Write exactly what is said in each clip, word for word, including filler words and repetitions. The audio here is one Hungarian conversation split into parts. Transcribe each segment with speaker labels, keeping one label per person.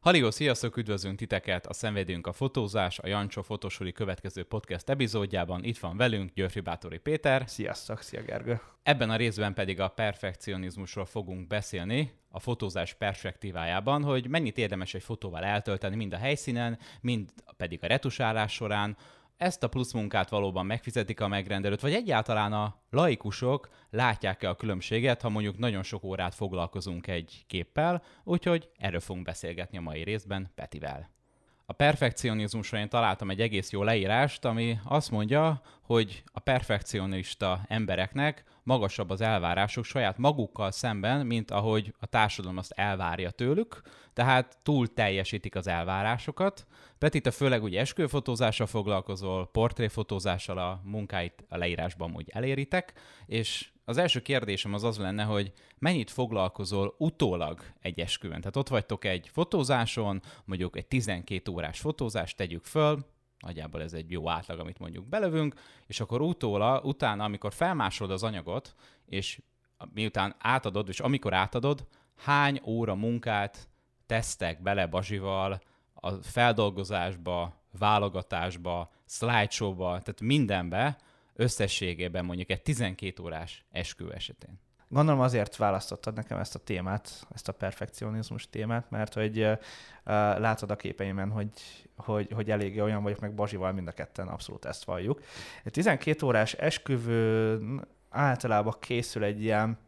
Speaker 1: Halihó, sziasztok, üdvözlünk titeket! A Szenvedünk a fotózás, a Jancsó Fotósuli következő podcast epizódjában. Itt van velünk Györfi Bátori Péter.
Speaker 2: Sziasztok, szia Gergő!
Speaker 1: Ebben a részben pedig a perfekcionizmusról fogunk beszélni, a fotózás perspektívájában, hogy mennyit érdemes egy fotóval eltölteni mind a helyszínen, mind pedig a retusálás során. Ezt a plusz munkát valóban megfizetik a megrendelőt, vagy egyáltalán a laikusok látják-e a különbséget, ha mondjuk nagyon sok órát foglalkozunk egy képpel, úgyhogy erről fogunk beszélgetni a mai részben Petivel. A perfekcionizmusra én találtam egy egész jó leírást, ami azt mondja, hogy a perfekcionista embereknek magasabb az elvárásuk saját magukkal szemben, mint ahogy a társadalom azt elvárja tőlük, tehát túl teljesítik az elvárásokat. Peti, te főleg ugye esküvőfotózással foglalkozol, portréfotózással, a munkáit a leírásban úgy eléritek, és az első kérdésem az az lenne, hogy mennyit foglalkozol utólag egy esküvőn? Tehát ott vagytok egy fotózáson, mondjuk egy tizenkét órás fotózást tegyük föl, nagyjából ez egy jó átlag, amit mondjuk belövünk, és akkor utóla, utána, amikor felmásolod az anyagot, és miután átadod, és amikor átadod, hány óra munkát tesztek bele Bazsival a feldolgozásba, válogatásba, slideshowba, tehát mindenbe, összességében mondjuk egy tizenkét órás esküvő esetén.
Speaker 2: Gondolom azért választottad nekem ezt a témát, ezt a perfekcionizmus témát, mert hogy uh, látod a képeimen, hogy, hogy, hogy eléggé olyan vagyok, meg Bazsival mind a ketten abszolút ezt valljuk. Egy tizenkét órás esküvő általában készül egy ilyen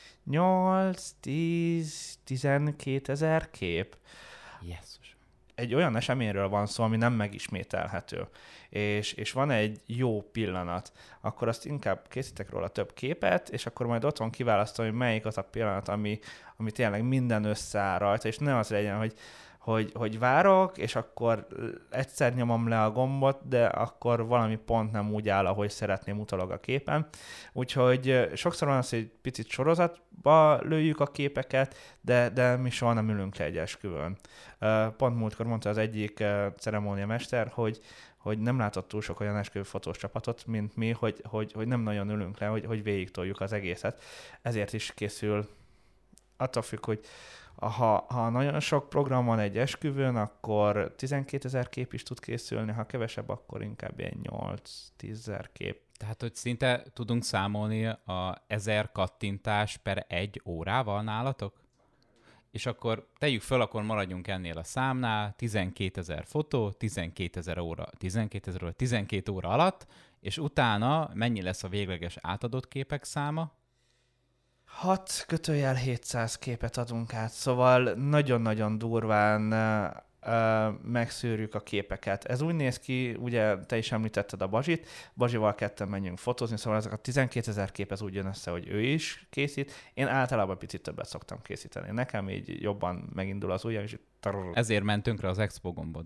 Speaker 2: nyolc, tíz, tizenkét ezer kép.
Speaker 1: Yes.
Speaker 2: Egy olyan eseményről van szó, ami nem megismételhető, és, és van egy jó pillanat, akkor azt inkább készítek róla több képet, és akkor majd otthon kiválasztom, hogy melyik az a pillanat, ami, ami tényleg minden összeáll rajta, és ne az legyen, hogy, hogy, hogy várok, és akkor egyszer nyomom le a gombot, de akkor valami pont nem úgy áll, ahogy szeretném utólag a képen. Úgyhogy sokszor van az, hogy picit sorozatba lőjük a képeket, de, de mi soha nem ülünk le egy esküvőn. Pont múltkor mondta az egyik ceremóniamester, hogy hogy nem látott túl sok olyan esküvő fotós csapatot, mint mi, hogy, hogy, hogy nem nagyon ülünk le, hogy, hogy végig toljuk az egészet. Ezért is készül, attól függ, hogy ha, ha nagyon sok program van egy esküvőn, akkor tizenkétezer kép is tud készülni, ha kevesebb, akkor inkább ilyen nyolc-tízezer kép.
Speaker 1: Tehát, hogy szinte tudunk számolni a ezer kattintás per egy órával nálatok? És akkor tegyük föl, akkor maradjunk ennél a számnál, tizenkétezer fotó, tizenkétezer óra, tizenkétezer óra, tizenkét óra alatt, és utána mennyi lesz a végleges átadott képek száma?
Speaker 2: hat kötőjel hétszáz képet adunk át, szóval nagyon-nagyon durván uh, megszűrjük a képeket. Ez úgy néz ki, ugye te is említetted a Bazsit, Bazsival ketten menjünk fotózni, szóval ezek a tizenkétezer kép ez úgy jön össze, hogy ő is készít. Én általában picit többet szoktam készíteni. Nekem így jobban megindul az ujjam, és
Speaker 1: ezért ment tönkre az expo gombod.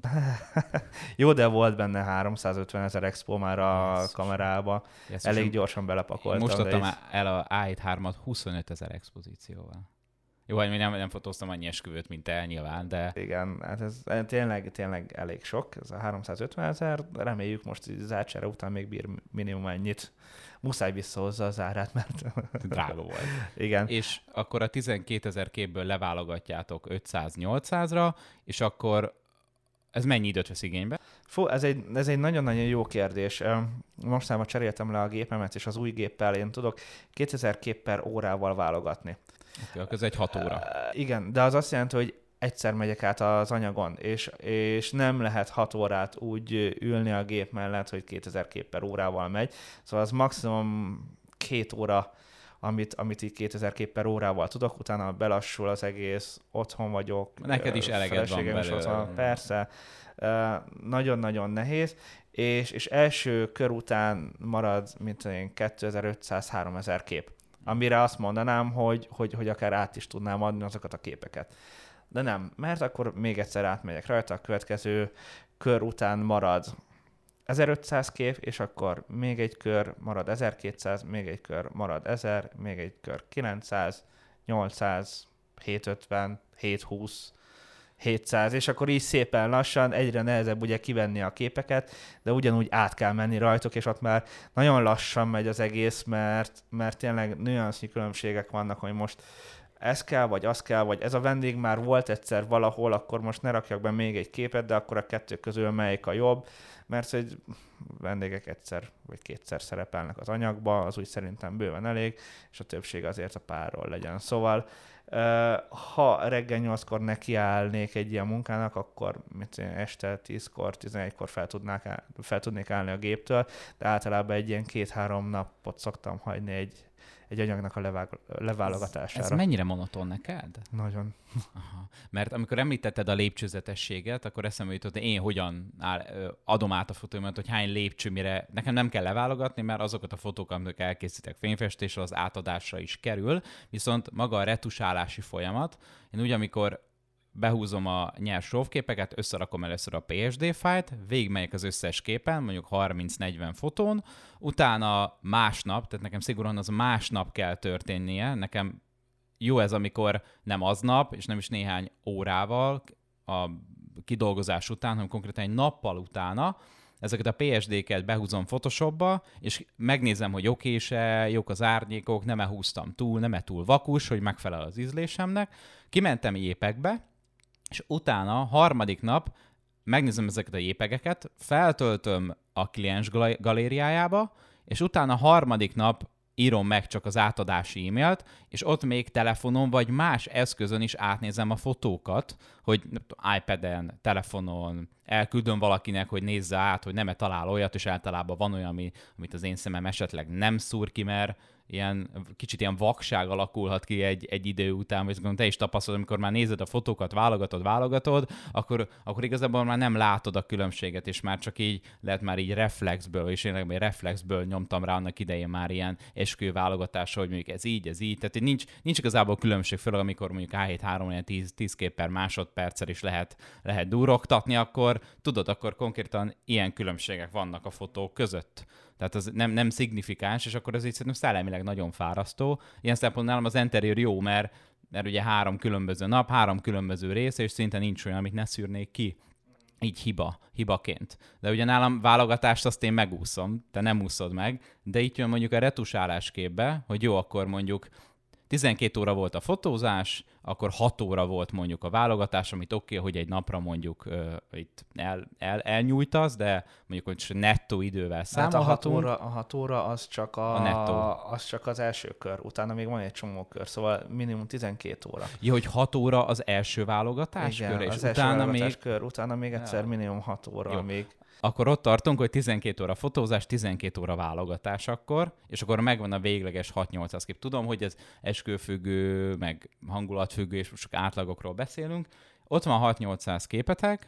Speaker 2: Jó, de volt benne háromszázötven ezer expo már a yes, kamerába.
Speaker 1: Yes,
Speaker 2: elég gyorsan belepakoltam.
Speaker 1: Most adtam is el a á hét hármat huszonöt ezer expozícióval. Jó, hogy nem, nem fotóztam annyi esküvőt, mint te nyilván, de...
Speaker 2: Igen, hát ez tényleg, tényleg elég sok, ez a háromszázötven ezer, reméljük most így zártsára után még bír minimum ennyit. Muszáj visszahozza az árát, mert...
Speaker 1: drága volt.
Speaker 2: Igen.
Speaker 1: És akkor a tizenkétezer képből leválogatjátok ötszáz-nyolcszázra, és akkor ez mennyi időt vesz igénybe?
Speaker 2: Fú, ez egy, ez egy nagyon-nagyon jó kérdés. Mostanában cseréltem le a gépemet, és az új géppel én tudok kétezer kép per órával válogatni.
Speaker 1: Oké, akkor ez egy hat óra.
Speaker 2: Uh, igen, de az azt jelenti, hogy egyszer megyek át az anyagon, és, és nem lehet hat órát úgy ülni a gép mellett, hogy kétezer kép per órával megy. Szóval az maximum két óra, amit, amit így kétezer kép per órával tudok, utána belassul az egész, otthon vagyok.
Speaker 1: Neked is eleged van belőle.
Speaker 2: Persze, uh, nagyon-nagyon nehéz, és, és első kör után marad, mint én, kétezer-ötszáz-háromezer kép, amire azt mondanám, hogy, hogy, hogy akár át is tudnám adni azokat a képeket. De nem, mert akkor még egyszer átmegyek rajta, a következő kör után marad ezerötszáz kép, és akkor még egy kör marad ezerkétszáz, még egy kör marad ezer, még egy kör kilencszáz, nyolcszáz, hétszázötven, hétszázhúsz, hétszáz, és akkor így szépen lassan egyre nehezebb ugye kivenni a képeket, de ugyanúgy át kell menni rajtuk, és ott már nagyon lassan megy az egész, mert, mert tényleg nüansznyi különbségek vannak, hogy most ez kell, vagy az kell, vagy ez a vendég már volt egyszer valahol, akkor most ne rakjak be még egy képet, de akkor a kettő közül melyik a jobb, mert hogy vendégek egyszer vagy kétszer szerepelnek az anyagba, az úgy szerintem bőven elég, és a többség azért a párról legyen. Szóval ha reggel nyolckor nekiállnék egy ilyen munkának, akkor mit én, este tízkor, tizenegykor fel, tudnák, fel tudnék állni a géptől, de általában egy ilyen két-három napot szoktam hagyni egy, egy anyagnak a levág, leválogatására.
Speaker 1: Ez, ez mennyire monoton neked?
Speaker 2: Nagyon.
Speaker 1: Aha. Mert amikor említetted a lépcsőzetességet, akkor eszembe jutott, hogy én hogyan áll, adom át a fotóimat, hogy hány lépcső, mire nekem nem kell leválogatni, mert azokat a fotókat, amik elkészítek fényfestésre, az átadásra is kerül, viszont maga a retusálási folyamat, én úgy, amikor behúzom a nyers sóvképeket, összerakom először a pé es dé fájlt, végigmegyek az összes képen, mondjuk harminc-negyven fotón, utána másnap, tehát nekem szigorúan az másnap kell történnie, nekem jó ez, amikor nem aznap, és nem is néhány órával a kidolgozás után, hanem konkrétan egy nappal utána ezeket a pé es dé-ket behúzom Photoshopba, és megnézem, hogy oké-e, jók az árnyékok, nem-e húztam túl, nem-e túl vakus, hogy megfelel az ízlésemnek. Kimentem jépekbe, és utána harmadik nap megnézem ezeket a jépegeket, feltöltöm a kliens galériájába, és utána harmadik nap írom meg csak az átadási e-mailt, és ott még telefonon vagy más eszközön is átnézem a fotókat, hogy iPad-en, telefonon elküldöm valakinek, hogy nézze át, hogy nem-e talál olyat, és általában van olyan, ami, amit az én szemem esetleg nem szúr ki, mert ilyen, kicsit ilyen vakság alakulhat ki egy, egy idő után, vagy gondolom te is tapasztalod, amikor már nézed a fotókat, válogatod, válogatod, akkor, akkor igazából már nem látod a különbséget, és már csak így lehet már így reflexből, és én egy reflexből nyomtam rá annak idején már ilyen eskü válogatásra, hogy mondjuk ez így, ez így, tehát nincs, nincs igazából különbség, főleg amikor mondjuk á hét három tíz kép per másodperccel is lehet, lehet durogtatni, akkor tudod, akkor konkrétan ilyen különbségek vannak a fotók között. Tehát az nem, nem szignifikáns, és akkor ez így szerintem szellemileg nagyon fárasztó. Ilyen szempontból nálam az interiőr jó, mert, mert ugye három különböző nap, három különböző rész, és szinte nincs olyan, amit ne szűrnék ki. Így hiba, hibaként. De ugye nálam válogatást azt én megúszom, te nem úszod meg, de itt jön mondjuk a retusálás képbe, hogy jó, akkor mondjuk tizenkét óra volt a fotózás, akkor hat óra volt mondjuk a válogatás, amit oké, okay, hogy egy napra mondjuk uh, itt el, el, elnyújtasz, de mondjuk hogy nettó idővel számolhatunk.
Speaker 2: Hát a hat óra, a hat óra az, csak a,
Speaker 1: a nettó.
Speaker 2: az csak az első kör, utána még van egy csomó kör, szóval minimum tizenkét óra.
Speaker 1: Ja, hogy hat óra az első válogatás
Speaker 2: Igen,
Speaker 1: kör, és
Speaker 2: az
Speaker 1: utána
Speaker 2: első válogatás
Speaker 1: még...
Speaker 2: kör, utána még egyszer ja. minimum hat óra
Speaker 1: Jó.
Speaker 2: még.
Speaker 1: Akkor ott tartunk, hogy tizenkét óra fotózás, tizenkét óra válogatás akkor, és akkor megvan a végleges hat-nyolcszáz kép. Tudom, hogy ez eskőfüggő, meg hangulatfüggő, és most csak átlagokról beszélünk. Ott van hat-nyolcszáz képetek,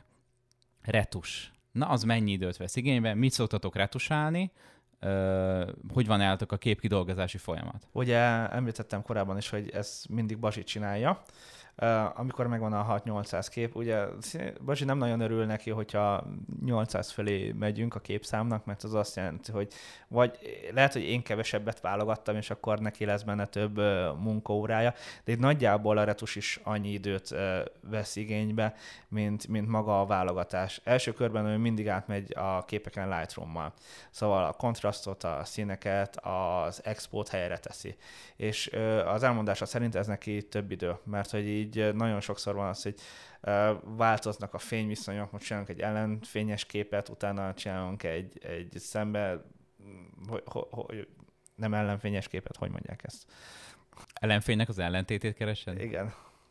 Speaker 1: retus. Na, az mennyi időt vesz igénybe? Mit szoktatok retusálni? Uh, hogy van nálatok a képkidolgozási folyamat?
Speaker 2: Ugye említettem korábban is, hogy ez mindig Bazsi csinálja. Uh, amikor megvan a hat-nyolcszáz kép, ugye Bazsi nem nagyon örül neki, hogyha nyolcszáz fölé megyünk a képszámnak, mert az azt jelenti, hogy vagy lehet, hogy én kevesebbet válogattam, és akkor neki lesz benne több uh, munkaórája, de itt nagyjából a retus is annyi időt uh, vesz igénybe, mint, mint maga a válogatás. Első körben ő mindig átmegy a képeken Lightroom-mal. Szóval a kontrasztot, a színeket, az expót helyre teszi. És uh, az elmondása szerint ez neki több idő, mert hogy így így nagyon sokszor van az, hogy uh, változnak a fényviszonyok, most csinálunk egy ellenfényes képet, utána csinálunk egy, egy szembe, hogy, hogy, nem ellenfényes képet, hogy mondják ezt?
Speaker 1: Ellenfénynek az ellentétét keresed?
Speaker 2: Igen.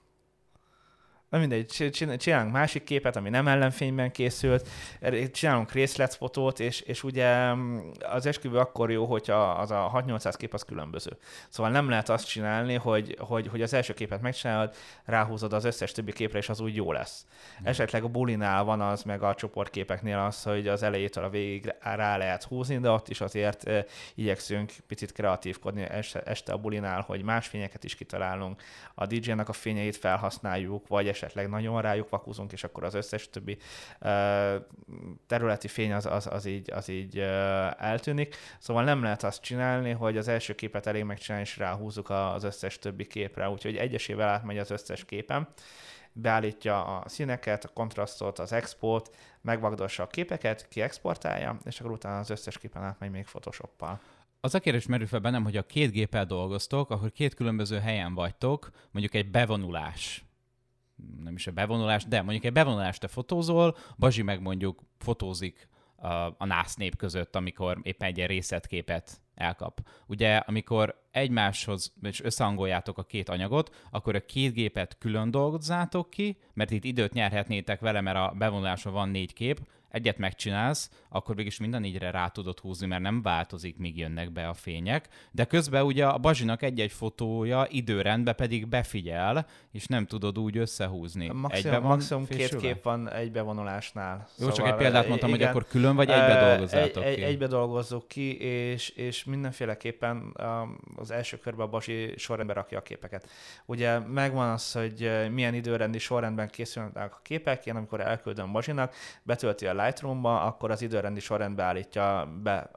Speaker 2: Na mindegy, csinálunk másik képet, ami nem ellenfényben készült, csinálunk részletfotót, és, és ugye az esküvő akkor jó, hogyha az a hat-nyolcszáz kép az különböző. Szóval nem lehet azt csinálni, hogy, hogy, hogy az első képet megcsinálod, ráhúzod az összes többi képre, és az úgy jó lesz. Mm. Esetleg a bulinál van az, meg a csoportképeknél az, hogy az elejétől a végig rá lehet húzni, de ott is azért e, igyekszünk picit kreatívkodni este, este a bulinál, hogy más fényeket is kitalálunk, a dé jének a fényeit felhasználjuk, vagy esetleg nagyon rájuk vakuzunk, és akkor az összes többi uh, területi fény az, az, az így, az így uh, eltűnik. Szóval nem lehet azt csinálni, hogy az első képet elég megcsinálni, és ráhúzzuk az összes többi képre. Úgyhogy egyesével átmegy az összes képem, beállítja a színeket, a kontrasztot, az expót, megvagdossa a képeket, kiexportálja, és akkor utána az összes képen átmegy még Photoshoppal.
Speaker 1: Az a kérdés merül fel bennem, hogy a két géppel dolgoztok, akkor két különböző helyen vagytok, mondjuk egy bevonulás, nem is a bevonulás, de mondjuk egy bevonulást te fotózol, Bazsi meg mondjuk fotózik a, a nász nép között, amikor éppen egy ilyen részletképet elkap. Ugye, amikor egymáshoz és összehangoljátok a két anyagot, akkor a két gépet külön dolgozzátok ki, mert itt időt nyerhetnétek vele, mert a bevonuláson van négy kép, egyet megcsinálsz, akkor mégis minden négyre rá tudod húzni, mert nem változik, míg jönnek be a fények. De közben ugye a Bazsinak egy-egy fotója időrendben pedig befigyel, és nem tudod úgy összehúzni.
Speaker 2: Maximum, maximum két kép van egy bevonulásnál.
Speaker 1: Jó, szóval csak egy példát mondtam, igen, hogy akkor külön vagy egybe dolgozzátok
Speaker 2: egy,
Speaker 1: ki.
Speaker 2: Egy, egybe dolgozzuk ki, és, és mindenféleképpen az első körben a Bazsi sorrendbe rakja a képeket. Ugye megvan az, hogy milyen időrendi sorrendben készülnek a képek, én amikor elküldöm Bazsinak, betölti a Lightroom-ba, akkor az időrendi sorrendbe állítja be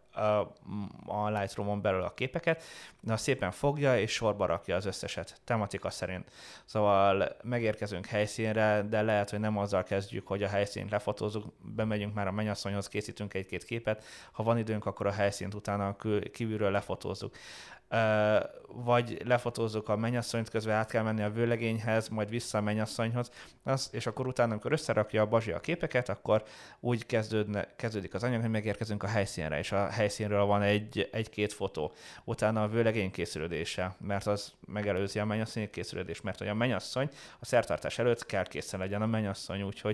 Speaker 2: a Lightroom-on belül a képeket, de szépen fogja és sorba rakja az összeset, tematika szerint. Szóval megérkezünk helyszínre, de lehet, hogy nem azzal kezdjük, hogy a helyszínt lefotózzuk, bemegyünk már a mennyasszonyhoz, készítünk egy-két képet, ha van időnk, akkor a helyszínt utána kívülről lefotózzuk. Uh, vagy lefotózzuk a mennyasszonyt, közben át kell menni a vőlegényhez, majd vissza a mennyasszonyhoz, az, és akkor utána, amikor összerakja a Bazsi a képeket, akkor úgy kezdődne, kezdődik az anyag, hogy megérkezünk a helyszínre, és a helyszínről van egy, egy-két fotó. Utána a vőlegény készülődése, mert az megelőzi a mennyasszony készülődést, mert hogy a mennyasszony a szertartás előtt kell készen legyen a mennyasszony, úgyhogy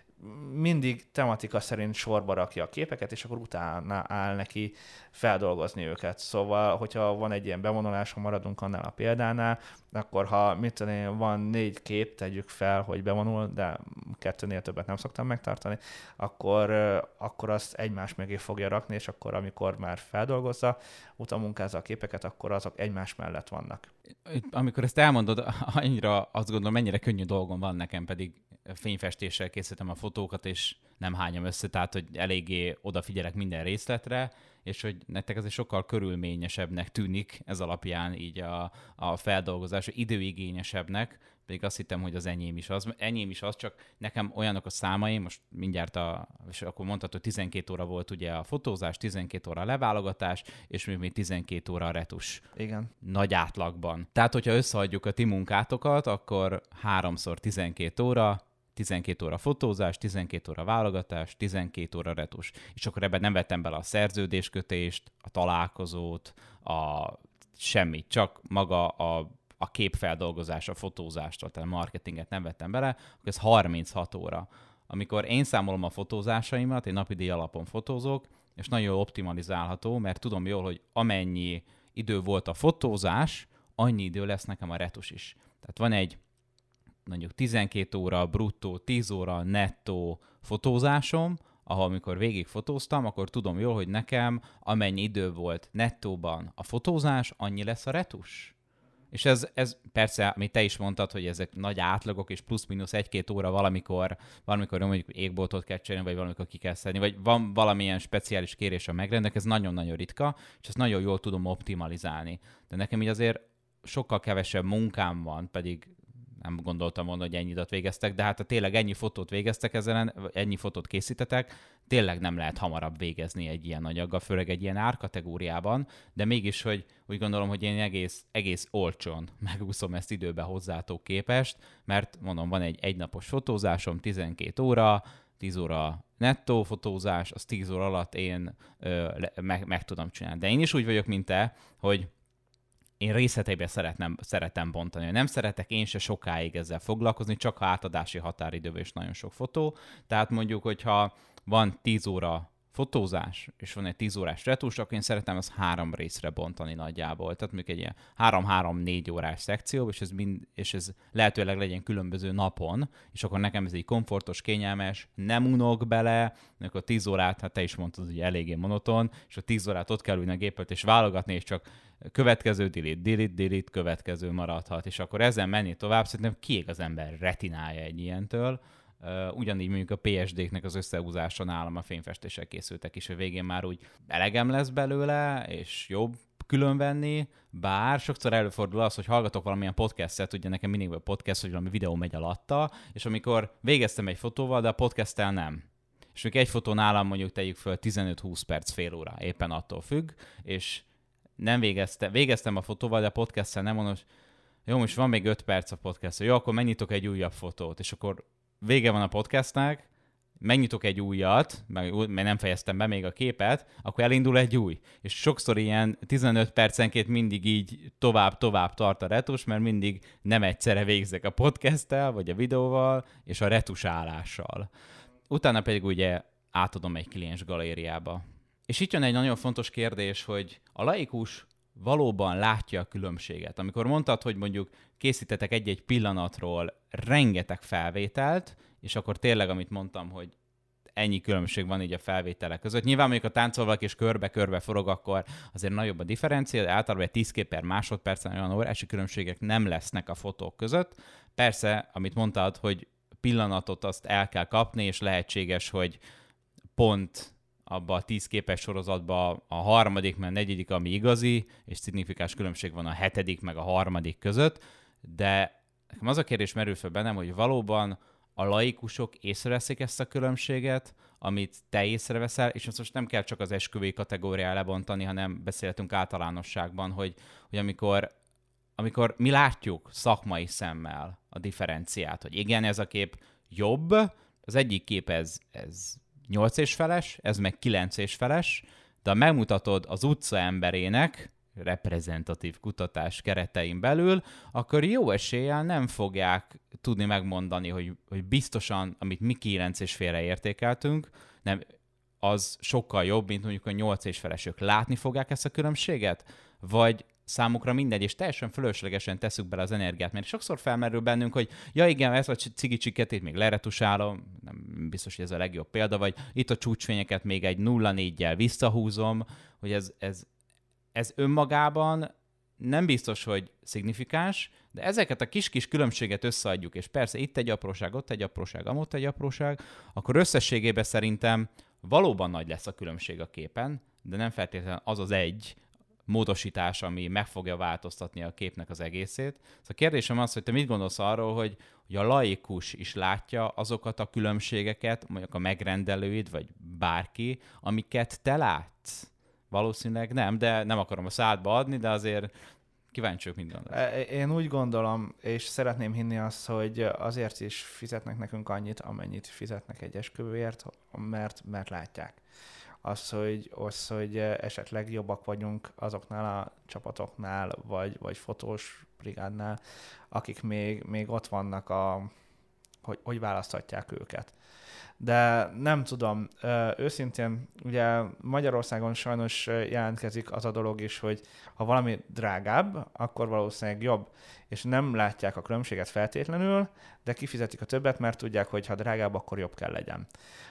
Speaker 2: mindig tematika szerint sorba rakja a képeket, és akkor utána áll neki feldolgozni őket. Szóval, hogyha van egy ilyen bevonulás, ha maradunk annál a példánál, akkor ha mit tudom, van négy kép, tegyük fel, hogy bevonul, de kettőnél többet nem szoktam megtartani, akkor, akkor azt egymás mögé fogja rakni, és akkor, amikor már feldolgozza, utamunkázza a képeket, akkor azok egymás mellett vannak.
Speaker 1: Amikor ezt elmondod, annyira azt gondolom, mennyire könnyű dolgom van nekem, pedig fényfestéssel készítem a fotókat, és nem hányom össze, tehát hogy eléggé odafigyelek minden részletre, és hogy nektek ez egy sokkal körülményesebbnek tűnik ez alapján így a, a feldolgozás, időigényesebbnek, pedig azt hittem, hogy az enyém is az. Enyém is az, csak nekem olyanok a számaim, most mindjárt, a, és akkor mondhatod, hogy tizenkét óra volt ugye a fotózás, tizenkét óra a leválogatás, és még tizenkét óra a retus.
Speaker 2: Igen.
Speaker 1: Nagy átlagban. Tehát, hogyha összeadjuk a ti munkátokat, akkor háromszor tizenkét óra, tizenkét óra fotózás, tizenkét óra válogatás, tizenkét óra retus. És akkor ebben nem vettem bele a szerződéskötést, a találkozót, a semmit, csak maga a, a képfeldolgozás, a fotózást, tehát a marketinget nem vettem bele, akkor ez harminchat óra. Amikor én számolom a fotózásaimat, én napi díj alapon fotózok, és nagyon jól optimalizálható, mert tudom jól, hogy amennyi idő volt a fotózás, annyi idő lesz nekem a retus is. Tehát van egy mondjuk tizenkét óra bruttó, tíz óra nettó fotózásom, ahol amikor végig fotóztam, akkor tudom jól, hogy nekem amennyi idő volt nettóban a fotózás, annyi lesz a retus. És ez, ez persze, amit te is mondtad, hogy ezek nagy átlagok, és plusz-minusz egy-két óra valamikor, valamikor mondjuk égboltot kell cserélni, vagy valamikor ki kell szedni, vagy van valamilyen speciális kérés a megrendelőnek, ez nagyon-nagyon ritka, és ezt nagyon jól tudom optimalizálni. De nekem így azért sokkal kevesebb munkám van, pedig nem gondoltam volna, hogy ennyi időt végeztek, de hát ha tényleg ennyi fotót végeztek ezen, ennyi fotót készítetek, tényleg nem lehet hamarabb végezni egy ilyen anyaggal, főleg egy ilyen árkategóriában, de mégis, hogy úgy gondolom, hogy én egész, egész olcsón megúszom ezt időbe hozzátok képest, mert mondom, van egy egynapos fotózásom, tizenkét óra, tíz óra nettó fotózás, az tíz óra alatt én ö, meg, meg tudom csinálni. De én is úgy vagyok, mint te, hogy én részleteiben szeretem, szeretem bontani. Nem szeretek én se sokáig ezzel foglalkozni, csak ha átadási határidőben is nagyon sok fotó. Tehát mondjuk, hogyha van tíz óra fotózás, és van egy tíz órás retus, akkor én szeretem ezt három részre bontani nagyjából. Tehát mondjuk egy ilyen három-három-négy órás szekció, és ez, mind, és ez lehetőleg legyen különböző napon, és akkor nekem ez egy komfortos, kényelmes, nem unok bele, akkor a tíz órát, hát te is mondtad, hogy eléggé monoton, és a tíz órát ott kell ülni a gépet, és válogatni, és csak következő, delete, delete, delete, következő maradhat, és akkor ezen menni tovább, szerintem kiég az ember retinája egy ilyentől. Uh, ugyanígy mondjuk a pé es dé-knek az összehúzása nálam a fényfestéssel készültek is, a végén már úgy elegem lesz belőle, és jobb különvenni, bár sokszor előfordul az, hogy hallgatok valamilyen podcastet, ugye nekem mindig a podcast, hogy valami videó megy alatta, és amikor végeztem egy fotóval, de a podcasttel nem. És még egy fotó nálam mondjuk tegyük föl tizenöt-húsz perc, fél óra, éppen attól függ, és nem végeztem, végeztem a fotóval, de a podcast-szel nem mondom, hogy jó, most van még öt perc a podcast, jó, akkor megnyitok egy újabb fotót, és akkor vége van a podcastnak, megnyitok egy újat, mert nem fejeztem be még a képet, akkor elindul egy új. És sokszor ilyen tizenöt percenként mindig így tovább-tovább tart a retus, mert mindig nem egyszerre végzek a podcasttel, vagy a videóval, és a retusálással. Utána pedig ugye átadom egy kliens galériába. És itt jön egy nagyon fontos kérdés, hogy a laikus valóban látja a különbséget. Amikor mondtad, hogy mondjuk készítetek egy-egy pillanatról rengeteg felvételt, és akkor tényleg, amit mondtam, hogy ennyi különbség van így a felvételek között. Nyilván mondjuk a táncolvalak és körbe-körbe forog, akkor azért nagyobb a differencia, de általában egy tíz kép per másodpercen olyan órási különbségek nem lesznek a fotók között. Persze, amit mondtad, hogy pillanatot azt el kell kapni, és lehetséges, hogy pont abban a tíz képes sorozatban a harmadik, meg a negyedik, ami igazi, és szignifikáns különbség van a hetedik, meg a harmadik között, de nekem az a kérdés merül fel bennem, hogy valóban a laikusok észreveszik ezt a különbséget, amit te észreveszel, és most nem kell csak az esküvői kategóriára lebontani, hanem beszéltünk általánosságban, hogy, hogy amikor, amikor mi látjuk szakmai szemmel a differenciát, hogy igen, ez a kép jobb, az egyik kép ez, ez nyolc és feles, ez meg kilenc és feles, de ha megmutatod az utca emberének, reprezentatív kutatás keretein belül, akkor jó eséllyel nem fogják tudni megmondani, hogy, hogy biztosan, amit mi kilenc és félre értékeltünk, nem, az sokkal jobb, mint mondjuk a nyolc és felesök. Látni fogják ezt a különbséget? Vagy számukra mindegy, és teljesen fölöslegesen tesszük bele az energiát, mert sokszor felmerül bennünk, hogy ja igen, ez a cigi csiketét még leretusálom, nem biztos, hogy ez a legjobb példa, vagy itt a csúcsfényeket még egy nulla négyel visszahúzom, hogy ez, ez, ez önmagában nem biztos, hogy szignifikáns, de ezeket a kis-kis különbséget összeadjuk, és persze itt egy apróság, ott egy apróság, amott egy apróság, akkor összességében szerintem valóban nagy lesz a különbség a képen, de nem feltétlenül az az egy módosítás, ami meg fogja változtatni a képnek az egészét. Szóval a kérdésem az, hogy te mit gondolsz arról, hogy, hogy a laikus is látja azokat a különbségeket, mondjuk a megrendelőid, vagy bárki, amiket te látsz? Valószínűleg nem, de nem akarom a szádba adni, de azért kíváncsi vagyok, mit gondolsz.
Speaker 2: Én úgy gondolom, és szeretném hinni azt, hogy azért is fizetnek nekünk annyit, amennyit fizetnek egy esküvőért, mert, mert látják. Az hogy, az, hogy esetleg jobbak vagyunk azoknál a csapatoknál, vagy, vagy fotós brigádnál, akik még, még ott vannak, a, hogy, hogy választhatják őket. De nem tudom, őszintén, ugye Magyarországon sajnos jelentkezik az a dolog is, hogy ha valami drágább, akkor valószínűleg jobb, és nem látják a különbséget feltétlenül, de kifizetik a többet, mert tudják, hogy ha drágább, akkor jobb kell legyen.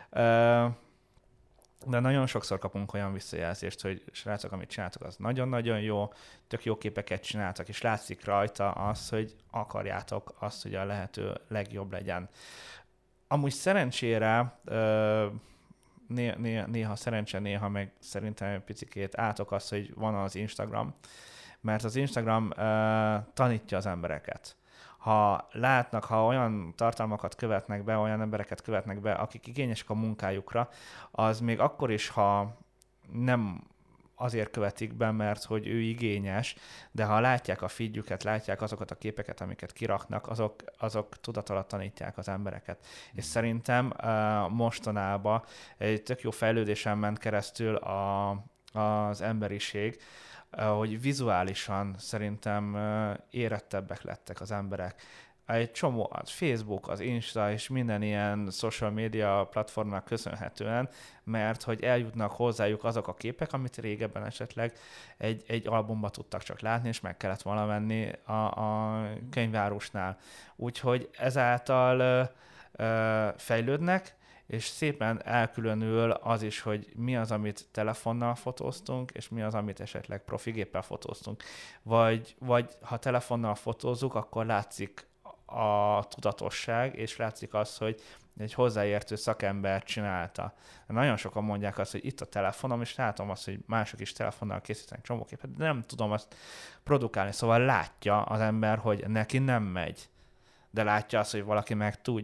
Speaker 2: De nagyon sokszor kapunk olyan visszajelzést, hogy srácok, amit csináltok, az nagyon-nagyon jó, tök jó képeket csináltak, és látszik rajta az, hogy akarjátok azt, hogy a lehető legjobb legyen. Amúgy szerencsére, néha, néha, néha szerencse, néha meg szerintem egy picikét átok az, hogy van az Instagram, mert az Instagram tanítja az embereket. Ha látnak, ha olyan tartalmakat követnek be, olyan embereket követnek be, akik igényesek a munkájukra, az még akkor is, ha nem azért követik be, mert hogy ő igényes, de ha látják a feedjüket, látják azokat a képeket, amiket kiraknak, azok, azok tudat alatt tanítják az embereket. Mm. És szerintem uh, mostanában egy tök jó fejlődésen ment keresztül a, az emberiség, hogy vizuálisan szerintem érettebbek lettek az emberek. Egy csomó, az Facebook, az Insta és minden ilyen social media platformnak köszönhetően, mert hogy eljutnak hozzájuk azok a képek, amit régebben esetleg egy, egy albumba tudtak csak látni, és meg kellett volna venni a, a könyvárusnál. Úgyhogy ezáltal ö, ö, fejlődnek, és szépen elkülönül az is, hogy mi az, amit telefonnal fotóztunk, és mi az, amit esetleg profigéppel fotóztunk. Vagy, vagy ha telefonnal fotózzuk, akkor látszik a tudatosság, és látszik az, hogy egy hozzáértő szakember csinálta. Nagyon sokan mondják azt, hogy itt a telefonom, és látom azt, hogy mások is telefonnal készítenek csomóképet, de nem tudom azt produkálni. Szóval látja az ember, hogy neki nem megy, de látja azt, hogy valaki meg tudja.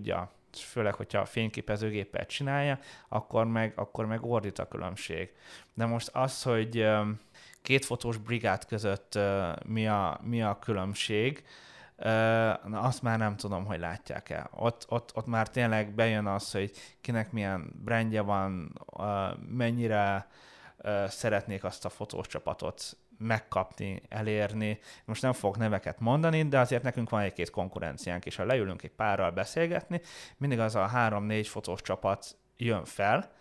Speaker 2: főleg, hogyha a fényképezőgéppel csinálja, akkor meg, akkor meg ordít a különbség. De most az, hogy két fotós brigád között mi a, mi a különbség, na azt már nem tudom, hogy látják-e. Ott, ott, ott már tényleg bejön az, hogy kinek milyen brandje van, mennyire szeretnék azt a fotós csapatot megkapni, elérni. Most nem fogok neveket mondani, de azért nekünk van egy-két konkurenciánk, és ha leülünk egy párral beszélgetni, mindig az a három-négy fotós csapat jön fel,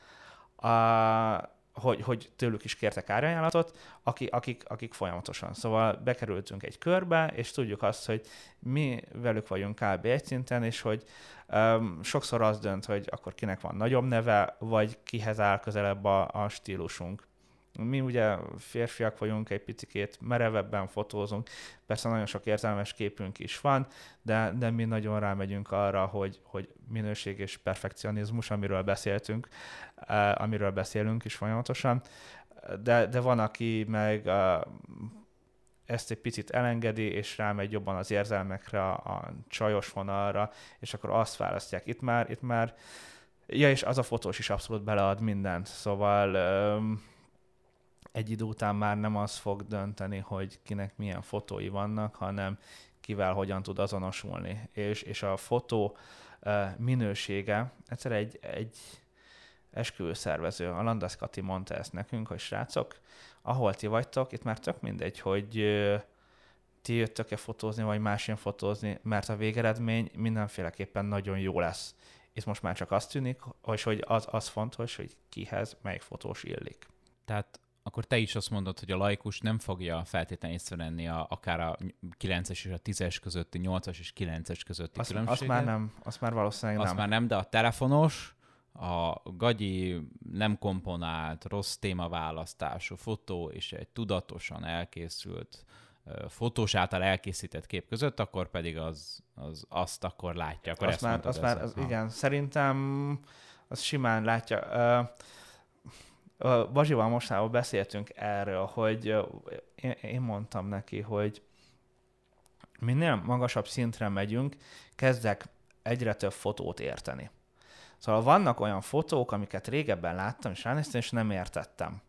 Speaker 2: a, hogy, hogy tőlük is kértek árajánlatot, akik, akik, akik folyamatosan. Szóval bekerültünk egy körbe, és tudjuk azt, hogy mi velük vagyunk kb. Egy szinten, és hogy um, sokszor az dönt, hogy akkor kinek van nagyobb neve, vagy kihez áll közelebb a, a stílusunk. Mi ugye férfiak vagyunk, egy picikét merevebben fotózunk, persze nagyon sok érzelmes képünk is van, de, de mi nagyon rámegyünk arra, hogy, hogy minőség és perfekcionizmus, amiről beszéltünk, amiről beszélünk is folyamatosan, de, de van, aki meg ezt egy picit elengedi, és rámegy jobban az érzelmekre, a csajos vonalra, és akkor azt választják. Itt már, itt már, ja, és az a fotós is abszolút belead mindent, szóval egy idő után már nem az fog dönteni, hogy kinek milyen fotói vannak, hanem kivel hogyan tud azonosulni. És, és a fotó uh, minősége, egyszer egy, egy esküvőszervező, a Landasz Kati mondta ezt nekünk, hogy srácok, ahol ti vagytok, itt már tök mindegy, hogy uh, ti jöttök-e fotózni, vagy más jön fotózni, mert a végeredmény mindenféleképpen nagyon jó lesz. Itt most már csak azt tűnik, hogy, hogy az, az fontos, hogy kihez melyik fotós illik.
Speaker 1: Tehát akkor te is azt mondod, hogy a laikus nem fogja feltétlenül észrevenni a, akár a kilences és a tízes közötti, nyolcas és kilences közötti
Speaker 2: azt,
Speaker 1: különbséget.
Speaker 2: Azt már nem, azt már valószínűleg
Speaker 1: azt
Speaker 2: nem.
Speaker 1: már nem, de a telefonos, a gagyi nem komponált, rossz témaválasztású fotó és egy tudatosan elkészült fotós által elkészített kép között, akkor pedig az, az azt akkor látja. Akkor
Speaker 2: azt
Speaker 1: ezt
Speaker 2: már, azt már az, igen, szerintem az simán látja. Uh, Bazsival mostanában beszéltünk erről, hogy én, én mondtam neki, hogy minél magasabb szintre megyünk, kezdek egyre több fotót érteni. Szóval vannak olyan fotók, amiket régebben láttam, és ránéztem, és nem értettem.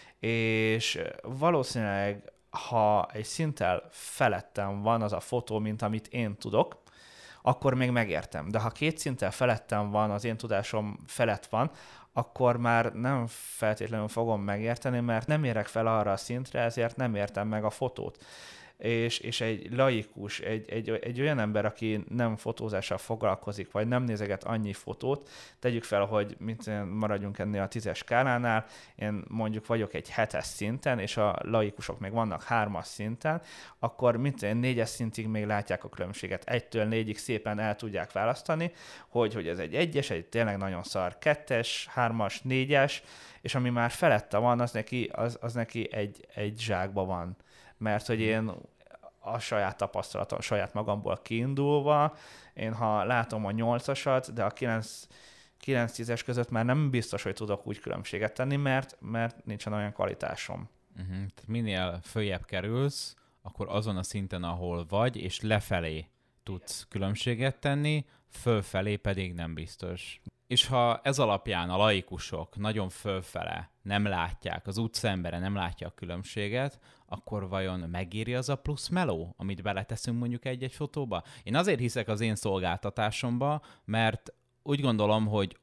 Speaker 2: És valószínűleg, ha egy szinttel felettem van az a fotó, mint amit én tudok, akkor még megértem. De ha két szinttel felettem van, az én tudásom felett van, akkor már nem feltétlenül fogom megérteni, mert nem érek fel arra a szintre, ezért nem értem meg a fotót. És, és egy laikus, egy, egy, egy olyan ember, aki nem fotózással foglalkozik, vagy nem nézeget annyi fotót, tegyük fel, hogy mint maradjunk ennél a tízes skálánál, én mondjuk vagyok egy hetes szinten, és a laikusok még vannak hármas szinten, akkor mint én négyes szintig még látják a különbséget. Egytől négyig szépen el tudják választani, hogy, hogy ez egy egyes, egy tényleg nagyon szar kettes, hármas, négyes, és ami már felette van, az neki, az, az neki egy, egy zsákba van. Mert hogy én a saját tapasztalatom, saját magamból kiindulva, én ha látom a nyolcasat, de a kilenc-tízes között már nem biztos, hogy tudok úgy különbséget tenni, mert, mert nincsen olyan kvalitásom.
Speaker 1: Uh-huh. Minél följebb kerülsz, akkor azon a szinten, ahol vagy, és lefelé tudsz különbséget tenni, fölfelé pedig nem biztos. És ha ez alapján a laikusok nagyon fölfele nem látják, az utcaembere nem látja a különbséget, akkor vajon megéri az a plusz meló, amit beleteszünk mondjuk egy-egy fotóba? Én azért hiszek az én szolgáltatásomba, mert úgy gondolom, hogy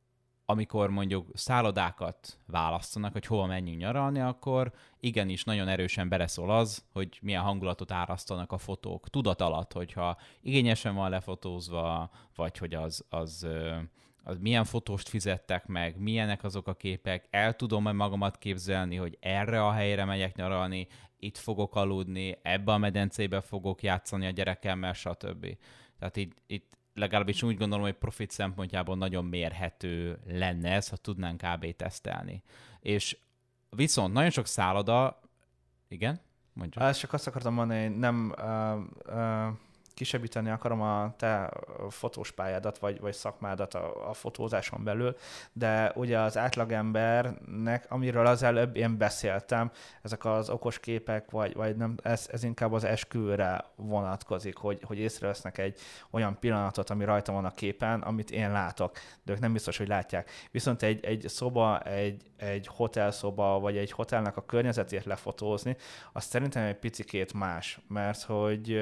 Speaker 1: amikor mondjuk szállodákat választanak, hogy hova menjünk nyaralni, akkor igenis nagyon erősen beleszól az, hogy milyen hangulatot árasztanak a fotók. Tudat alatt, hogyha igényesen van lefotózva, vagy hogy az, az, az milyen fotóst fizettek meg, milyenek azok a képek, el tudom-e magamat képzelni, hogy erre a helyre megyek nyaralni, itt fogok aludni, ebbe a medencébe fogok játszani a gyerekemmel, stb. Tehát itt, itt legalábbis úgy gondolom, hogy profit szempontjából nagyon mérhető lenne ez, ha tudnánk kb. Tesztelni. És viszont nagyon sok szálloda... Igen? Mondjuk.
Speaker 2: Ezt csak azt akartam mondani, hogy nem... Uh, uh, kisebbíteni akarom a te fotós pályádat, vagy, vagy szakmádat a, a fotózáson belül, de ugye az átlagembernek, amiről az előbb én beszéltem, ezek az okos képek, vagy, vagy nem, ez, ez inkább az esküvőre vonatkozik, hogy, hogy észrevesznek egy olyan pillanatot, ami rajta van a képen, amit én látok, de ők nem biztos, hogy látják. Viszont egy, egy szoba, egy, egy hotelszoba, vagy egy hotelnek a környezetét lefotózni, az szerintem egy picikét más, mert hogy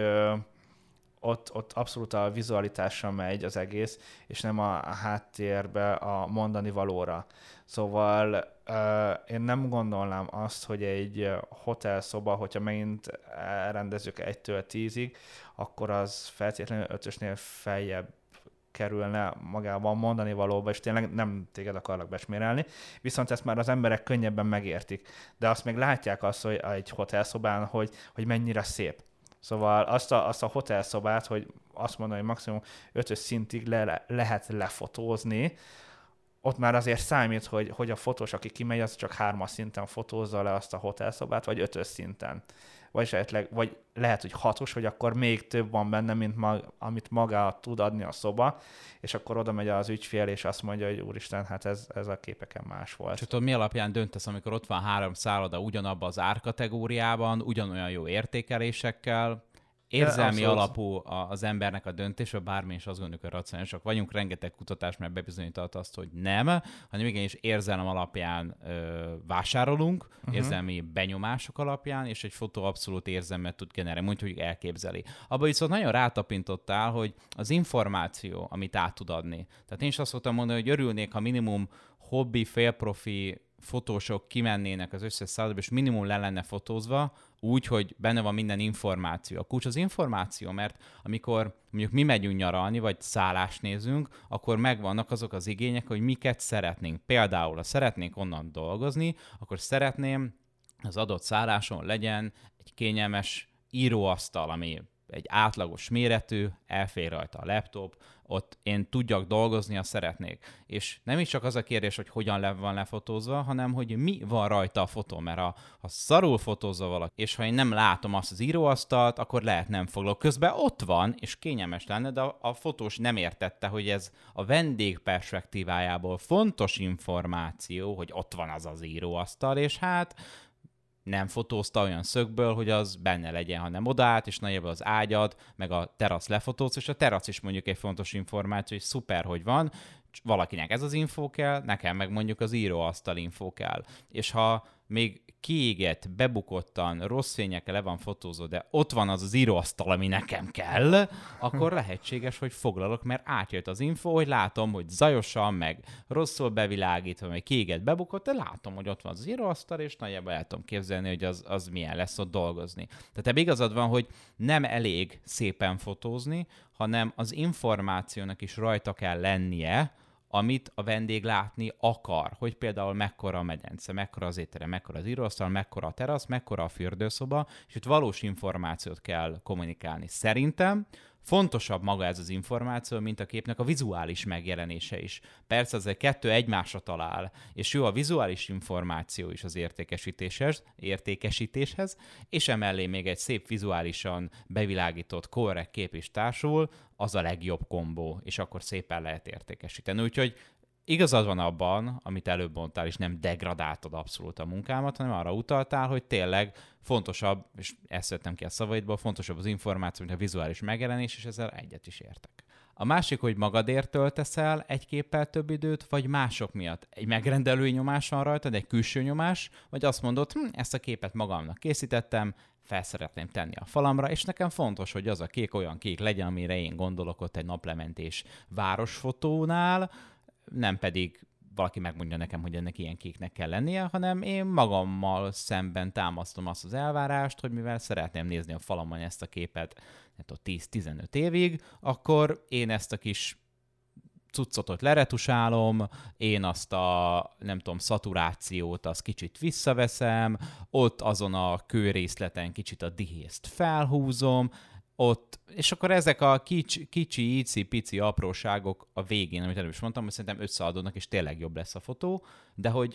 Speaker 2: Ott, ott abszolút a vizualitásra megy az egész, és nem a, a háttérbe a mondani valóra. Szóval uh, én nem gondolnám azt, hogy egy hotelszoba, hogyha megint rendezzük egytől tízig, akkor az feltétlenül ötösnél feljebb kerülne magában mondani valóba, és tényleg nem téged akarlak besmérelni, viszont ezt már az emberek könnyebben megértik. De azt még látják azt, hogy egy hotelszobán, hogy, hogy mennyire szép. Szóval azt a, azt a hotelszobát, hogy azt mondom, hogy maximum ötös szintig le, lehet lefotózni, ott már azért számít, hogy, hogy a fotós, aki kimegy, az csak hármas szinten fotózza le azt a hotelszobát, vagy ötös szinten. Vagy, esetleg, vagy lehet, hogy hatos, hogy akkor még több van benne, mint mag, amit maga tud adni a szoba, és akkor oda megy az ügyfél, és azt mondja, hogy úristen, hát ez, ez a képeken más volt.
Speaker 1: És tudod, mi alapján döntesz, amikor ott van három szálloda ugyanabban az árkategóriában, ugyanolyan jó értékelésekkel, érzelmi ja, alapú az embernek a döntése, bármi is azt gondoljuk, hogy racionálisak vagyunk, rengeteg kutatás már bebizonyított azt, hogy nem, hanem igenis érzelem alapján ö, vásárolunk, uh-huh. érzelmi benyomások alapján, és egy fotó abszolút érzelmet tud generálni, mondjuk, hogy elképzeli. Abba viszont nagyon rátapintottál, hogy az információ, amit át tud adni. Tehát én is azt szoktam mondani, hogy örülnék, ha minimum hobbi, félprofi fotósok kimennének az összes szállodába, és minimum le lenne fotózva, úgy, hogy benne van minden információ. A kulcs az információ, mert amikor mondjuk mi megyünk nyaralni, vagy szállást nézünk, akkor megvannak azok az igények, hogy miket szeretnénk. Például, ha szeretnénk onnan dolgozni, akkor szeretném az adott szálláson legyen egy kényelmes íróasztal, ami egy átlagos méretű, elfér rajta a laptop, ott én tudjak dolgozni, azt szeretnék. És nem is csak az a kérdés, hogy hogyan le van lefotózva, hanem hogy mi van rajta a fotó, mert ha, ha szarul fotózza valaki, és ha én nem látom azt az íróasztalt, akkor lehet nem foglak. Közben ott van, és kényelmes lenne, de a, a fotós nem értette, hogy ez a vendég perspektívájából fontos információ, hogy ott van az az íróasztal, és hát nem fotózta olyan szögből, hogy az benne legyen, hanem odaállt, és nagyjából az ágyad, meg a terasz lefotóz, és a terasz is mondjuk egy fontos információ, hogy szuper, hogy van, valakinek ez az infó kell, nekem meg mondjuk az íróasztal infó kell. És ha még kiégett, bebukottan, rossz fényekkel le van fotózó, de ott van az az íróasztal, ami nekem kell, akkor lehetséges, hogy foglalok, mert átjött az info, hogy látom, hogy zajosan, meg rosszul bevilágítva, meg kiégett, bebukott, de látom, hogy ott van az íróasztal, és nagyjából el tudom képzelni, hogy az, az milyen lesz ott dolgozni. Tehát ebben igazad van, hogy nem elég szépen fotózni, hanem az információnak is rajta kell lennie, amit a vendég látni akar, hogy például mekkora a medence, mekkora az étterem, mekkora az íróasztal, mekkora a terasz, mekkora a fürdőszoba, és itt valós információt kell kommunikálni. Szerintem fontosabb maga ez az információ, mint a képnek a vizuális megjelenése is. Persze ez egy kettő egymásra talál, és jó a vizuális információ is az értékesítéshez, értékesítéshez, és emellé még egy szép vizuálisan bevilágított, korrekt kép is társul, az a legjobb kombó, és akkor szépen lehet értékesíteni. Úgyhogy igazad van abban, amit előbb mondtál, és nem degradáltad abszolút a munkámat, hanem arra utaltál, hogy tényleg fontosabb, és ezt vettem ki a szavaidból, fontosabb az információ, mint a vizuális megjelenés, és ezzel egyet is értek. A másik, hogy magadért töltesz el egy képpel több időt, vagy mások miatt. Egy megrendelői nyomás van rajtad, egy külső nyomás, vagy azt mondod, hm, ezt a képet magamnak készítettem, fel szeretném tenni a falamra, és nekem fontos, hogy az a kék olyan kék legyen, amire én gondolok ott egy naplementés városfotónál, nem pedig valaki megmondja nekem, hogy ennek ilyen kéknek kell lennie, hanem én magammal szemben támasztom azt az elvárást, hogy mivel szeretném nézni a falamon ezt a képet tíz-tizenöt évig, akkor én ezt a kis cuccotot leretusálom, én azt a, nem tudom, szaturációt, azt kicsit visszaveszem, ott azon a kőrészleten kicsit a dihészt felhúzom, ott, és akkor ezek a kicsi, kicsi, ici-pici apróságok a végén, amit előbb is mondtam, hogy szerintem összeadódnak, és tényleg jobb lesz a fotó, de hogy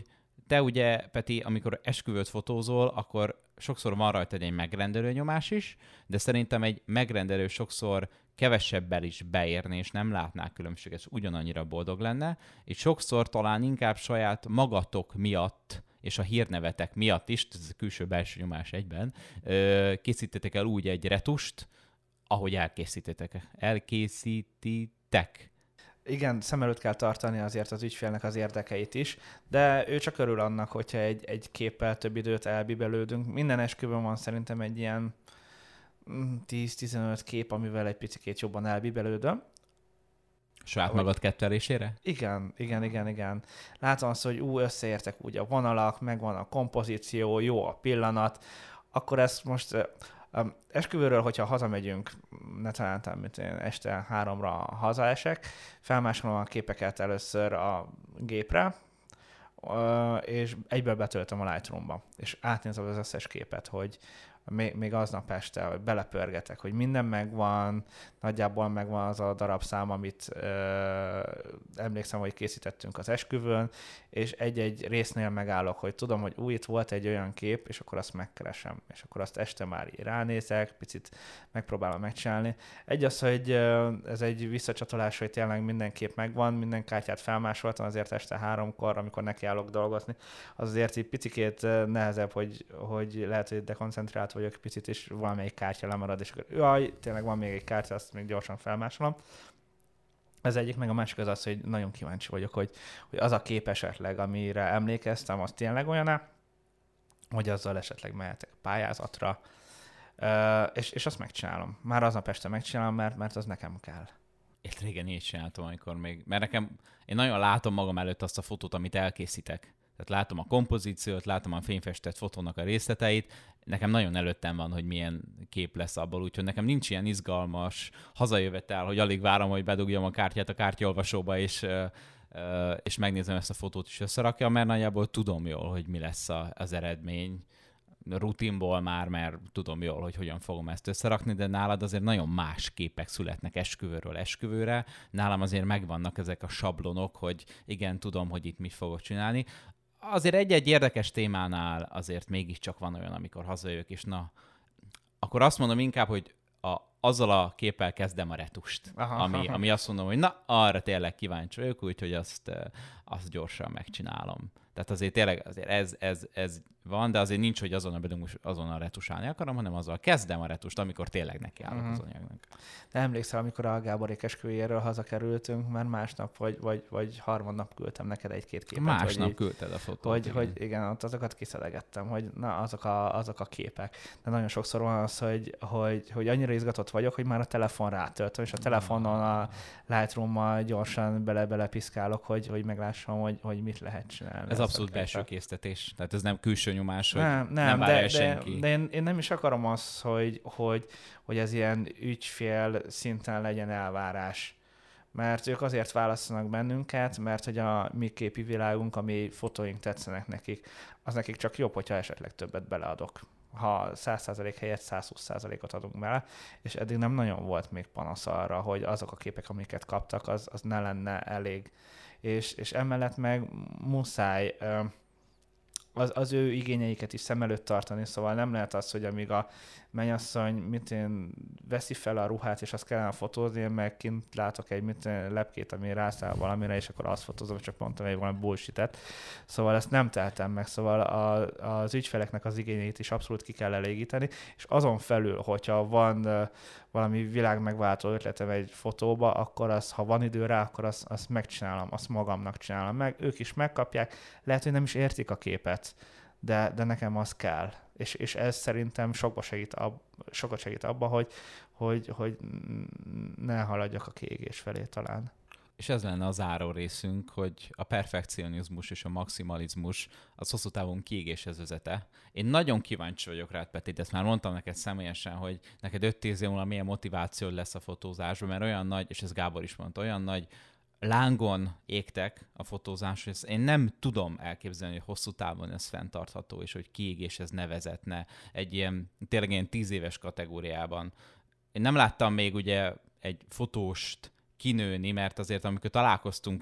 Speaker 1: Te ugye, Peti, amikor esküvőt fotózol, akkor sokszor van rajta egy megrendelő nyomás is, de szerintem egy megrendelő sokszor kevesebbel is beérni, és nem látná különbséget, és ugyanannyira boldog lenne, és sokszor talán inkább saját magatok miatt, és a hírnevetek miatt is, ez a külső-belső nyomás egyben, készítetek el úgy egy retust, ahogy elkészítetek. Elkészítitek.
Speaker 2: Igen, szem előtt kell tartani azért az ügyfélnek az érdekeit is, de ő csak örül annak, hogyha egy, egy képpel több időt elbibelődünk. Minden esküvőn van szerintem egy ilyen tíz-tizenöt kép, amivel egy picikét jobban elbibelődöm.
Speaker 1: Saját magad kettelésére?
Speaker 2: Igen, igen, igen, igen. Látom azt, hogy ú, összeértek úgy a vonalak, megvan a kompozíció, jó a pillanat, akkor ezt most um, esküvőről, hogyha hazamegyünk, ne találtam, mint én este háromra hazaesek, felmásolom a képeket először a gépre, uh, és egyből betöltöm a Lightroom-ba, és átnézem az összes képet, hogy Még, még aznap este, hogy belepörgetek, hogy minden megvan, nagyjából megvan az a darabszám, amit ö, emlékszem, hogy készítettünk az esküvőn, és egy-egy résznél megállok, hogy tudom, hogy új, itt volt egy olyan kép, és akkor azt megkeresem, és akkor azt este már így ránézek, picit megpróbálom megcsinálni. Egy az, hogy ö, ez egy visszacsatolás, hogy tényleg minden kép megvan, minden kártyát felmásoltam, azért este háromkor, amikor nekiállok dolgozni, az azért így picikét nehezebb, hogy, hogy lehet, hogy dekoncentrált vagyok picit, és valamelyik kártya lemarad, és akkor jaj, tényleg van még egy kártya, azt még gyorsan felmásolom. Ez egyik, meg a másik az az, hogy nagyon kíváncsi vagyok, hogy, hogy az a kép esetleg, amire emlékeztem, az tényleg olyan-e, hogy azzal esetleg mehetek pályázatra, uh, és, és azt megcsinálom. Már aznap este megcsinálom, mert, mert az nekem kell.
Speaker 1: Én régen így csináltam, amikor még, mert nekem, én nagyon látom magam előtt azt a fotót, amit elkészítek. Tehát látom a kompozíciót, látom a fényfestett fotónak a részleteit, nekem nagyon előttem van, hogy milyen kép lesz abból, úgyhogy nekem nincs ilyen izgalmas hazajövetel, hogy alig várom, hogy bedugjam a kártyát a kártyaolvasóba, és, és megnézem ezt a fotót is összerakja, mert nagyjából tudom jól, hogy mi lesz az eredmény rutinból már, mert tudom jól, hogy hogyan fogom ezt összerakni, de nálad azért nagyon más képek születnek esküvőről esküvőre. Nálam azért megvannak ezek a sablonok, hogy igen, tudom, hogy itt mit fogok csinálni. Azért egy-egy érdekes témánál azért mégiscsak van olyan, amikor hazajövök, és na, akkor azt mondom inkább, hogy a, azzal a képpel kezdem a retust,
Speaker 2: Aha,
Speaker 1: ami,
Speaker 2: aha.
Speaker 1: ami azt mondom, hogy na, arra tényleg kíváncsi vagyok, úgyhogy azt, azt gyorsan megcsinálom. Tehát azért tényleg azért ez, ez, ez van, de azért nincs, hogy azonnal bedugom, azonnal retusálni akarom, hanem azzal kezdem a retust, amikor tényleg nekiállok uh-huh. az anyagnak.
Speaker 2: De emlékszel, amikor a Gáborék esküvőjéről hazakerültünk, mert másnap vagy, vagy, vagy harmadnap küldtem neked egy-két képet.
Speaker 1: Másnap küldted a fotót.
Speaker 2: Hogy igen. hogy igen, ott azokat kiszelegettem, hogy na, azok a, azok a képek. De nagyon sokszor van az, hogy, hogy, hogy annyira izgatott vagyok, hogy már a telefon rátöltöm, és a telefonon a Lightroom-mal gyorsan bele-bele piszkálok, hogy, hogy meglássam, hogy, hogy mit lehet csinálni.
Speaker 1: Ez abszolút belső késztetés. Tehát ez nem külső nyomás, hogy
Speaker 2: nem, nem,
Speaker 1: nem
Speaker 2: de, de,
Speaker 1: senki.
Speaker 2: de én, én nem is akarom azt, hogy, hogy, hogy ez ilyen ügyfél szinten legyen elvárás. Mert ők azért választanak bennünket, mert hogy a mi képi világunk, a mi fotóink tetszenek nekik, az nekik csak jobb, hogyha esetleg többet beleadok. Ha száz százalék helyett száz húsz százalékot adunk bele, és eddig nem nagyon volt még panasz arra, hogy azok a képek, amiket kaptak, az, az ne lenne elég. És, és emellett meg muszáj az, az ő igényeiket is szem előtt tartani, szóval nem lehet az, hogy amíg a mennyasszony mit én veszi fel a ruhát, és azt kellene fotózni, én meg kint látok egy mit én, lepkét, ami rászáll valamire, és akkor azt fotózom, csak mondtam, hogy valami bullshit-et. Szóval ezt nem tehetem meg, szóval a, az ügyfeleknek az igényeit is abszolút ki kell elégíteni, és azon felül, hogyha van uh, valami világ megváltó ötletem egy fotóba, akkor az, ha van idő rá, akkor azt, azt megcsinálom, azt magamnak csinálom meg, ők is megkapják, lehet, hogy nem is értik a képet, de, de nekem az kell. És, és ez szerintem sokba segít ab, sokat segít abba, hogy, hogy, hogy ne haladjak a kiégés felé talán.
Speaker 1: És ez lenne a záró részünk, hogy a perfekcionizmus és a maximalizmus az hosszú távon kiégéshez vezete. Én nagyon kíváncsi vagyok rád, Peti, de ezt már mondtam neked személyesen, hogy neked öt-tíz év múlva milyen motiváció lesz a fotózásban, mert olyan nagy, és ez Gábor is mondta, olyan nagy lángon égtek a fotózás, hogy én nem tudom elképzelni, hogy hosszú távon ez fenntartható, és hogy kiégéshez ne vezetne egy ilyen, tényleg ilyen tíz éves kategóriában. Én nem láttam még ugye egy fotóst kinőni, mert azért amikor találkoztunk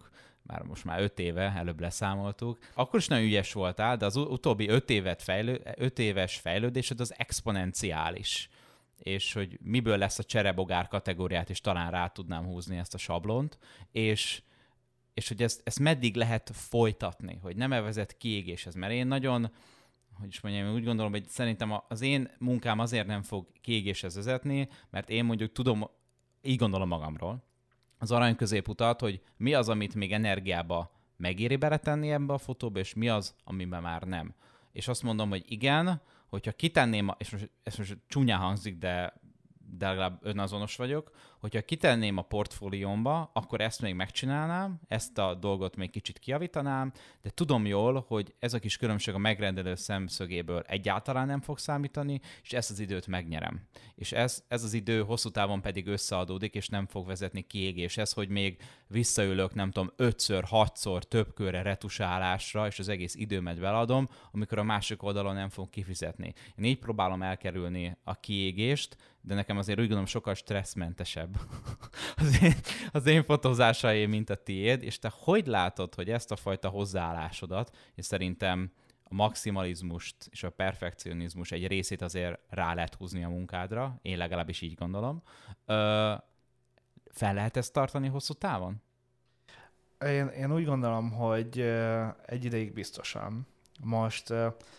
Speaker 1: már most már öt éve, előbb leszámoltuk, akkor is nagyon ügyes voltál, de az utóbbi öt, évet fejlő, öt éves fejlődésed az exponenciális. És hogy miből lesz a cserebogár kategóriát, és talán rá tudnám húzni ezt a sablont, és, és hogy ezt, ezt meddig lehet folytatni, hogy nem vezet kiégéshez, mert én nagyon, hogy is mondjam, én úgy gondolom, hogy szerintem az én munkám azért nem fog kiégéshez vezetni, mert én mondjuk tudom, így gondolom magamról, az arany középutat, hogy mi az, amit még energiába megéri beletenni ebbe a fotóba, és mi az, amiben már nem. És azt mondom, hogy igen, hogyha kitenném, és most, ez most csúnyán hangzik, de, de legalább önazonos vagyok, hogyha kitenném a portfóliómba, akkor ezt még megcsinálnám, ezt a dolgot még kicsit kijavítanám, de tudom jól, hogy ez a kis különbség a megrendelő szemszögéből egyáltalán nem fog számítani, és ezt az időt megnyerem. És ez, ez az idő hosszú távon pedig összeadódik, és nem fog vezetni kiégéshez, hogy még visszaülök, nem tudom, ötször, hatszor, több körre retusálásra, és az egész időmet beladom, amikor a másik oldalon nem fog kifizetni. Én így próbálom elkerülni a kiégést, de nekem azért úgy gondolom sokkal stresszmentesebb az én, az én fotózásaim, mint a tiéd, és te hogy látod, hogy ezt a fajta hozzáállásodat, és szerintem a maximalizmust és a perfekcionizmus egy részét azért rá lehet húzni a munkádra, én legalábbis így gondolom, ö, fel lehet ezt tartani hosszú távon?
Speaker 2: Én, én úgy gondolom, hogy egy ideig biztosan. Most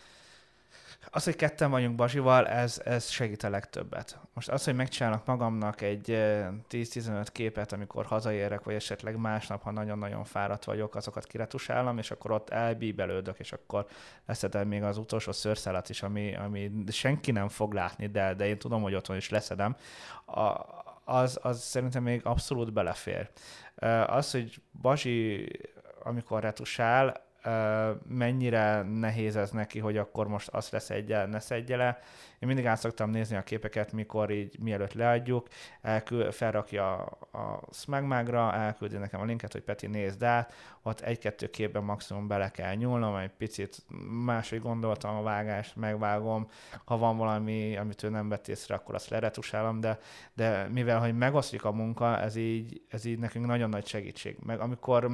Speaker 2: az, hogy ketten vagyunk Bazsival, ez, ez segít a legtöbbet. Most az, hogy megcsinálok magamnak egy tíz-tizenöt képet, amikor hazaérek, vagy esetleg másnap, ha nagyon-nagyon fáradt vagyok, azokat kiretusálom, és akkor ott elbíbelődök, és akkor leszedem még az utolsó szőrszálat is, ami, ami senki nem fog látni, de, de én tudom, hogy otthon is leszedem. A, az, az szerintem még abszolút belefér. Az, hogy Bazsi, amikor retusál, mennyire nehéz ez neki, hogy akkor most azt leszedje, ne szedje le. Én mindig át szoktam nézni a képeket, mikor így mielőtt leadjuk, elkül, felrakja a Smegmagra, elküldi nekem a linket, hogy Peti, nézd át, ott egy-kettő képben maximum bele kell nyúlnom, egy picit máshogy gondoltam a vágást, megvágom, ha van valami, amit ő nem vett észre, akkor azt leretusálom, de, de mivel, hogy megosztjuk a munka, ez így, ez így nekünk nagyon nagy segítség. Meg amikor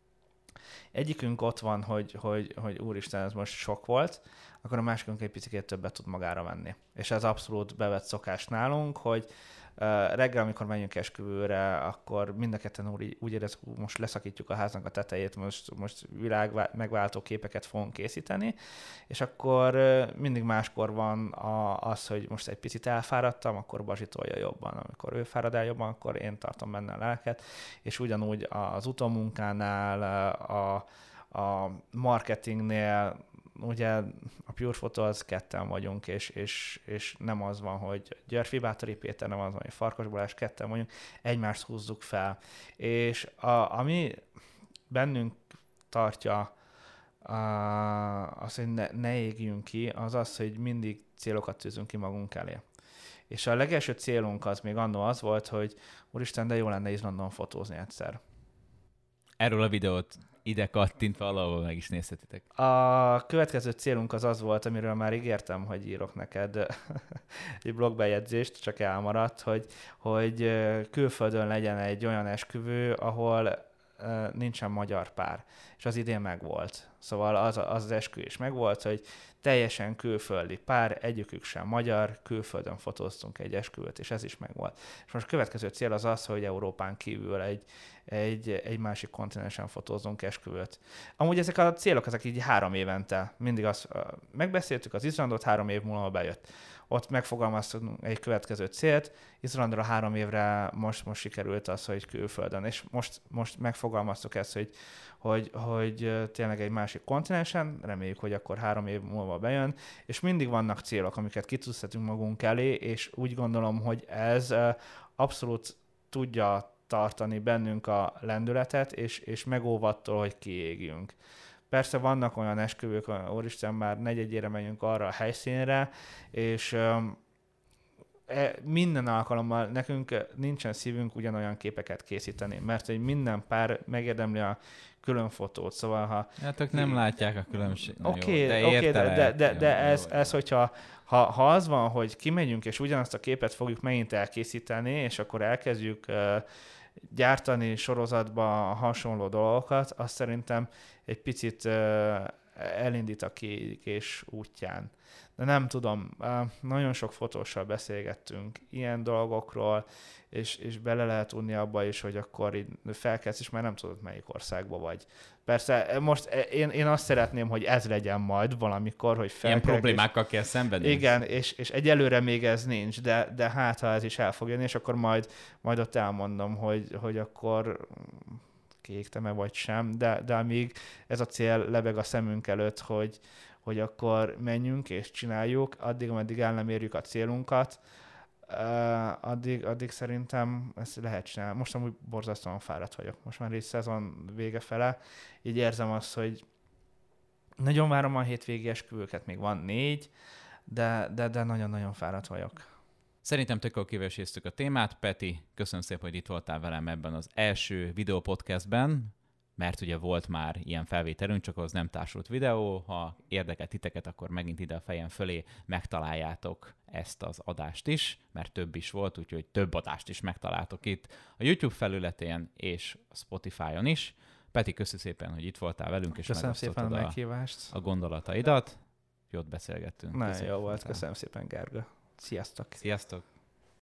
Speaker 2: egyikünk ott van, hogy, hogy, hogy úristen, ez most sok volt, akkor a másikunk egy picit többet tud magára venni. És ez abszolút bevett szokás nálunk, hogy uh, reggel, amikor menjünk esküvőre, akkor mind a ketten úgy, úgy érezzük, most leszakítjuk a háznak a tetejét, most, most világ megváltó képeket fogunk készíteni, és akkor uh, mindig máskor van a, az, hogy most egy picit elfáradtam, akkor Bazsi tolja jobban. Amikor ő fárad el jobban, akkor én tartom benne a lelket, és ugyanúgy az utómunkánál, a, a marketingnél, ugye a Pure Photo az ketten vagyunk, és, és, és nem az van, hogy Györfi Bátori Péter, nem az van, hogy Farkas Balázs, ketten vagyunk, egymást húzzuk fel. És a, ami bennünk tartja a, az, hogy ne, ne égjünk ki, az az, hogy mindig célokat tűzünk ki magunk elé. És a legelső célunk az még annó az volt, hogy úristen, de jó lenne Izlandon fotózni egyszer.
Speaker 1: Erről a videót ide kattintva valahol meg is nézhetitek.
Speaker 2: A következő célunk az az volt, amiről már ígértem, hogy írok neked egy blogbejegyzést, csak elmaradt, hogy, hogy külföldön legyen egy olyan esküvő, ahol nincsen magyar pár. És az idén megvolt. Szóval az az, az esküvő is megvolt, hogy teljesen külföldi pár, egyikük sem magyar, külföldön fotóztunk egy esküvőt, és ez is megvolt. És most a következő cél az az, hogy Európán kívül egy, egy, egy másik kontinensen fotózunk esküvőt. Amúgy ezek a célok, ezek így három évente. Mindig azt megbeszéltük, az Izlandot három év múlva bejött. Ott megfogalmaztunk egy következő célt, Izlandra három évre most, most sikerült az, hogy külföldön. És most, most megfogalmaztuk ezt, hogy, hogy, hogy tényleg egy másik kontinensen, reméljük, hogy akkor három év múlva bejön, és mindig vannak célok, amiket kitűzhetünk magunk elé, és úgy gondolom, hogy ez abszolút tudja tartani bennünk a lendületet, és, és megóvattól, hogy kiégjünk. Persze vannak olyan esküvők, úristen, már negyedjére megyünk arra a helyszínre, és minden alkalommal nekünk nincsen szívünk ugyanolyan képeket készíteni, mert hogy minden pár megérdemli a külön fotót, szóval ha...
Speaker 1: Hát ők nem látják a különbséget.
Speaker 2: Oké, okay, okay, de, de, de, de ez, ez, hogyha ha, ha az van, hogy kimegyünk, és ugyanazt a képet fogjuk megint elkészíteni, és akkor elkezdjük uh, gyártani sorozatba hasonló dolgokat, azt szerintem egy picit elindít a kékés útján. De nem tudom, nagyon sok fotóssal beszélgettünk ilyen dolgokról, és, és bele lehet unni abba is, hogy akkor így felkelsz, és már nem tudod, melyik országba vagy. Persze most én, én azt szeretném, hogy ez legyen majd valamikor, hogy felkelek.
Speaker 1: Ilyen problémákkal és, kell szenvedni.
Speaker 2: Igen, és, és egyelőre még ez nincs, de, de hát ha ez is el fog jönni, és akkor majd, majd ott elmondom, hogy, hogy akkor kiégtem-e vagy sem, de, de amíg ez a cél lebeg a szemünk előtt, hogy, hogy akkor menjünk és csináljuk, addig, ameddig el nem érjük a célunkat, uh, addig, addig szerintem ezt lehet csinálni. Most amúgy borzasztóan fáradt vagyok. Most már egy szezon vége fele, így érzem azt, hogy nagyon várom a hétvégi esküvőket, még van négy, de, de, de nagyon-nagyon fáradt vagyok.
Speaker 1: Szerintem tök jól kiveséztük a témát. Peti, köszönöm szépen, hogy itt voltál velem ebben az első videópodcastben, mert ugye volt már ilyen felvételünk, csak az nem társult videó. Ha érdekel titeket, akkor megint ide a fejem fölé megtaláljátok ezt az adást is, mert több is volt, úgyhogy több adást is megtaláltok itt a YouTube felületén és a Spotify-on is. Peti, köszi szépen, hogy itt voltál velünk, és
Speaker 2: köszönöm szépen a meghívást.
Speaker 1: A, a gondolataidat. Jót beszélgettünk.
Speaker 2: Nagyon jó volt, köszönöm szépen, Gergő. Sziasztok!
Speaker 1: Sziasztok!